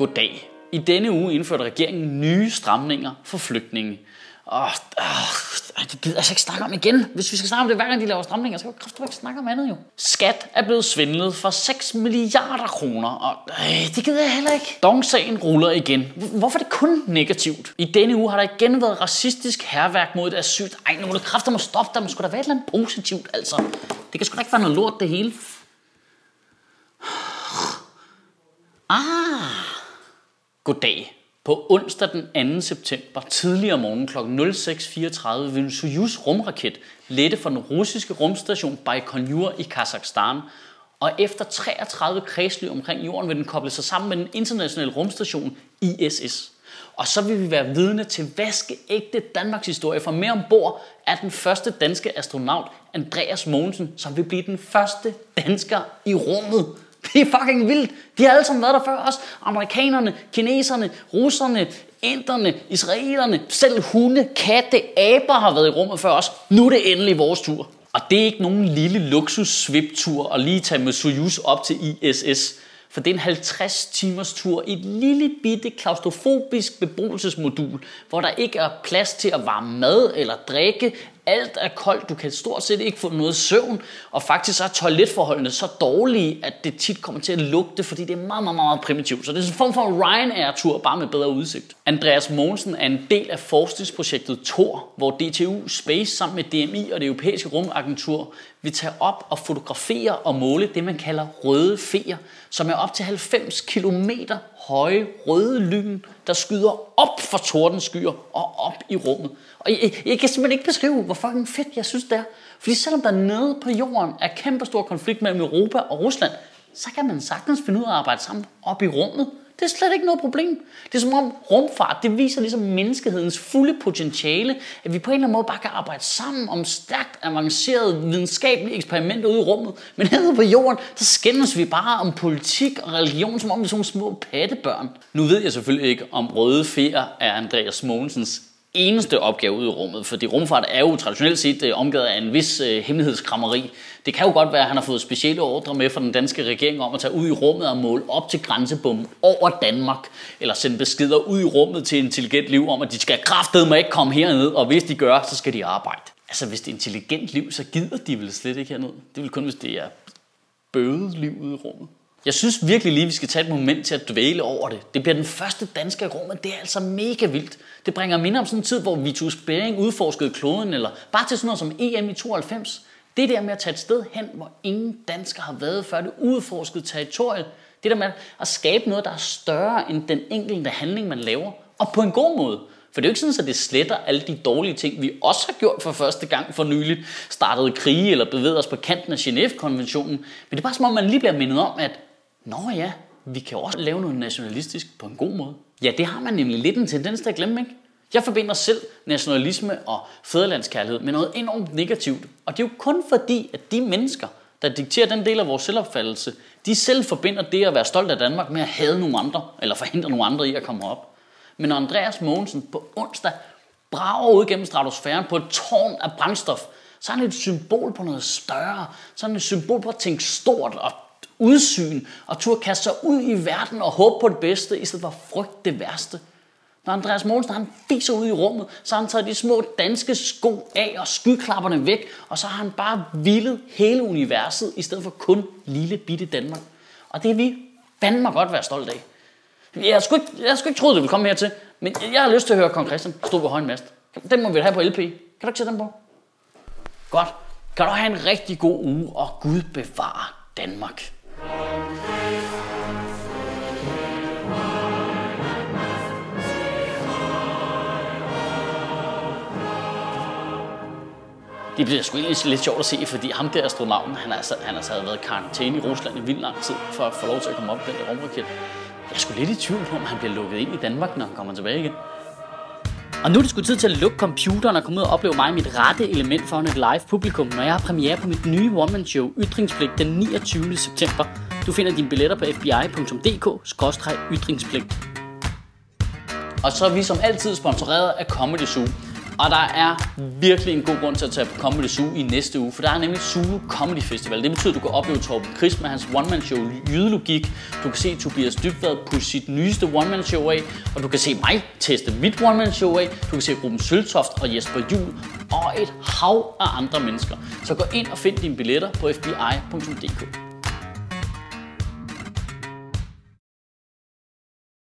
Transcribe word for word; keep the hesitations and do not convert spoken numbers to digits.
Goddag. I denne uge indførte regeringen nye stramninger for flygtninge. Og øh, det gider jeg så ikke snakke om igen. Hvis vi skal snakke om det hver gang de laver stramninger, så kan vi kraftigt ikke snakke om andet jo. Skat er blevet svindlet for seks milliarder kroner, og øh, det gider jeg heller ikke. Dong-sagen ruller igen. Hvorfor er det kun negativt? I denne uge har der igen været racistisk hærværk mod et asyl. Ej, nu må det kræfter må stoppe, der må sgu da være et eller andet positivt, altså. Det kan sgu da ikke være noget lort, det hele. Ah, goddag. På onsdag den anden september, tidligere morgen kl. seks fireogtredive, vil en Soyuz rumraket lette fra den russiske rumstation Baikonur i Kazakhstan, og efter treogtredive kredsløb omkring jorden vil den koble sig sammen med den internationale rumstation I S S. Og så vil vi være vidne til vaskeægte Danmarks historie, for med ombord er den første danske astronaut, Andreas Mogensen, som vil blive den første dansker i rummet. Det er fucking vildt. De har alle sammen været der før os. Amerikanerne, kineserne, russerne, inderne, israelerne, selv hunde, katte, aber har været i rummet før os. Nu er det endelig vores tur. Og det er ikke nogen lille luksus-sviptur at lige tage med Soyuz op til I S S. For det er en halvtreds timers tur i et lille bitte klaustrofobisk beboelsesmodul, hvor der ikke er plads til at varme mad eller drikke. Alt er koldt, du kan stort set ikke få noget søvn, og faktisk er toiletforholdene så dårlige, at det tit kommer til at lugte, fordi det er meget, meget, meget primitivt. Så det er en form for en Ryanair-tur, bare med bedre udsigt. Andreas Mogensen er en del af forskningsprojektet Thor, hvor D T U Space sammen med D M I og det europæiske rumagentur vil tage op og fotografere og måle det, man kalder røde feer, som er op til halvfems kilometer høje røde lyn, der skyder op fra tordenskyer og op i rummet. Og jeg, jeg kan simpelthen ikke beskrive, hvor fucking fedt jeg synes det er. Fordi selvom der nede på jorden er kæmpestor konflikt mellem Europa og Rusland, så kan man sagtens finde ud af at arbejde sammen op i rummet. Det er slet ikke noget problem. Det er som om rumfart, det viser ligesom menneskehedens fulde potentiale, at vi på en eller anden måde bare kan arbejde sammen om stærkt avancerede videnskabelige eksperimenter ude i rummet. Men nede på jorden, der skændes vi bare om politik og religion, som om vi er sådan små pattebørn. Nu ved jeg selvfølgelig ikke, om røde feer er Andreas Mogensens eneste opgave ude i rummet, fordi rumfart er jo traditionelt set omgivet af en vis øh, hemmelighedskrammeri. Det kan jo godt være, at han har fået specielle ordre med fra den danske regering om at tage ud i rummet og måle op til grænsebommen over Danmark, eller sende beskeder ud i rummet til intelligent liv om, at de skal kraftedeme ikke komme herned, og hvis de gør, så skal de arbejde. Altså hvis det er intelligent liv, så gider de vel slet ikke herned. Det vil kun, hvis det er bøvet liv ude i rummet. Jeg synes virkelig lige, vi skal tage et moment til at dvæle over det. Det bliver den første danske i rummet. Det er altså mega vildt. Det bringer minder om sådan en tid, hvor Vitus Bering udforskede kloden, eller bare til sådan noget som E M i tooghalvfems. Det der med at tage et sted hen, hvor ingen dansker har været før, det udforskede territoriet. Det der med at skabe noget, der er større end den enkelte handling, man laver. Og på en god måde. For det er jo ikke sådan, at det sletter alle de dårlige ting, vi også har gjort for første gang for nyligt. Startede krige eller bevæget os på kanten af Genève-konventionen. Men det er bare som om, man lige bliver mindet om, at nå ja, vi kan også lave noget nationalistisk på en god måde. Ja, det har man nemlig lidt en tendens til at glemme, ikke? Jeg forbinder selv nationalisme og fædrelandskærlighed med noget enormt negativt. Og det er jo kun fordi, at de mennesker, der dikterer den del af vores selvopfattelse, de selv forbinder det at være stolt af Danmark med at hade nogle andre, eller forhindre nogle andre i at komme op. Men når Andreas Mogensen på onsdag brager ud gennem stratosfæren på et tårn af brændstof, så er han et symbol på noget større. Så er han et symbol på at tænke stort og udsyn, og turde kaste sig ud i verden og håbe på det bedste, i stedet for at frygte det værste. Når Andreas Mogensen han fiser ud i rummet, så har han taget de små danske sko af og skyklapperne væk, og så har han bare vildet hele universet, i stedet for kun lille bitte Danmark. Og det er vi fandme godt være stolt af. Jeg har sgu ikke, jeg har sgu ikke troet, det ville komme hertil, men jeg har lyst til at høre Kong Christian stå på højen mast. Den må vi have på L P. Kan du ikke sætte den på? Godt. Kan du have en rigtig god uge, og Gud bevare Danmark. Det bliver sgu egentlig lidt sjovt at se, fordi ham der astronauten, han har altså, han altså været i karantæne i Rusland i vildt lang tid, for at få lov til at komme op den der rumraket. Jeg er sgu lidt i tvivl på, om han bliver lukket ind i Danmark, når han kommer tilbage igen. Og nu er det sgu tid til at lukke computeren og komme ud og opleve mig i mit rette element foran et live publikum, når jeg har premiere på mit nye one-man-show Ytringspligt den niogtyvende september. Du finder dine billetter på f b i punktum d k skråstreg ytringspligt. Og så er vi som altid sponsoreret af Comedy Zoo. Og der er virkelig en god grund til at tage på Comedy Zoo i næste uge, for der er nemlig Zulu Comedy Festival. Det betyder, at du kan opleve Torben Chris med hans one-man-show Jydelogik. Du kan se Tobias Dybvad pusse sit nyeste one-man-show af, og du kan se mig teste mit one-man-show af. Du kan se Ruben Søltoft og Jesper Juhl og et hav af andre mennesker. Så gå ind og find dine billetter på f b i punktum d k.